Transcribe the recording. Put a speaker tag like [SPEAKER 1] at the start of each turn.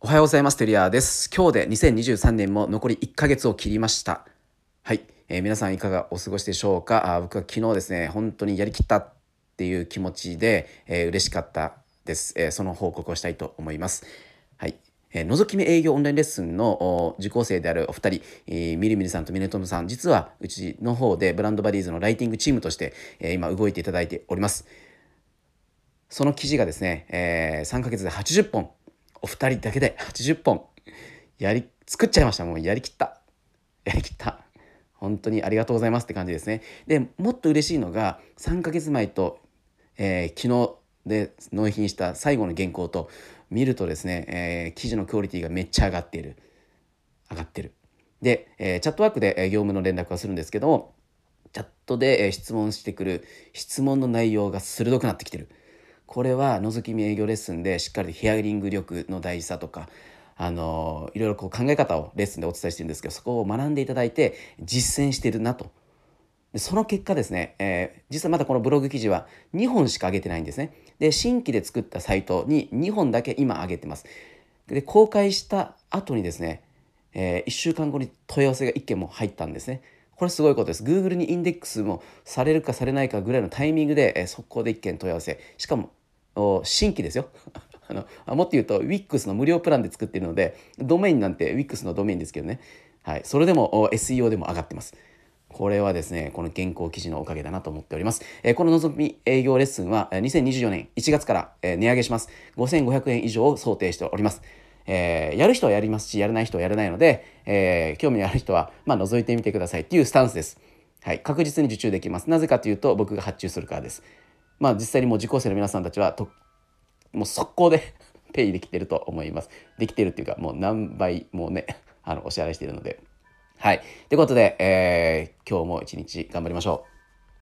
[SPEAKER 1] おはようございます。テリアです。今日で2023年も残り1ヶ月を切りました。はい、皆さんいかがお過ごしでしょうか。僕は昨日ですね、本当にやりきったっていう気持ちで、嬉しかったです。その報告をしたいと思います。はい。覗き見営業オンラインレッスンの受講生であるお二人、みりみりさんとみねともさん、実はうちの方でブランドバディーズのライティングチームとして、今動いていただいております。その記事がですね、3ヶ月で80本、お二人だけで80本作っちゃいました。もうやりきった。やりきった。本当にありがとうございますって感じですね。で、もっと嬉しいのが、3ヶ月前と、昨日で納品した最後の原稿と見るとですね、記事のクオリティがめっちゃ上がってる。で、チャットワークで業務の連絡はするんですけども、チャットで質問してくる質問の内容が鋭くなってきてる。これは覗き見営業レッスンでしっかりヒアリング力の大事さとか、いろいろ考え方をレッスンでお伝えしてるんですけど、そこを学んでいただいて実践してるなと。でその結果ですね、実はまだこのブログ記事は2本しか上げてないんですね。で、新規で作ったサイトに2本だけ今上げてます。で、公開した後にですね、1週間後に問い合わせが1件も入ったんですね。これすごいことです。Google にインデックスもされるかされないかぐらいのタイミングで、速攻で1件問い合わせ。しかも新規ですよ。もっと言うと Wix の無料プランで作っているので、ドメインなんて Wix のドメインですけどね。はい、それでも SEO でも上がってます。これはですね、この原稿記事のおかげだなと思っております。この覗み営業レッスンは2024年1月から値上げします。5500円以上を想定しております。やる人はやりますし、やらない人はやらないので、興味ある人は、覗いてみてくださいっていうスタンスです。はい、確実に受注できます。なぜかというと、僕が発注するからです。実際にもう受講生の皆さんたちはもう速攻でペイできてると思います。できてるっていうか、もう何倍もね、お支払いしているので。はい。ということで、今日も一日頑張りましょう。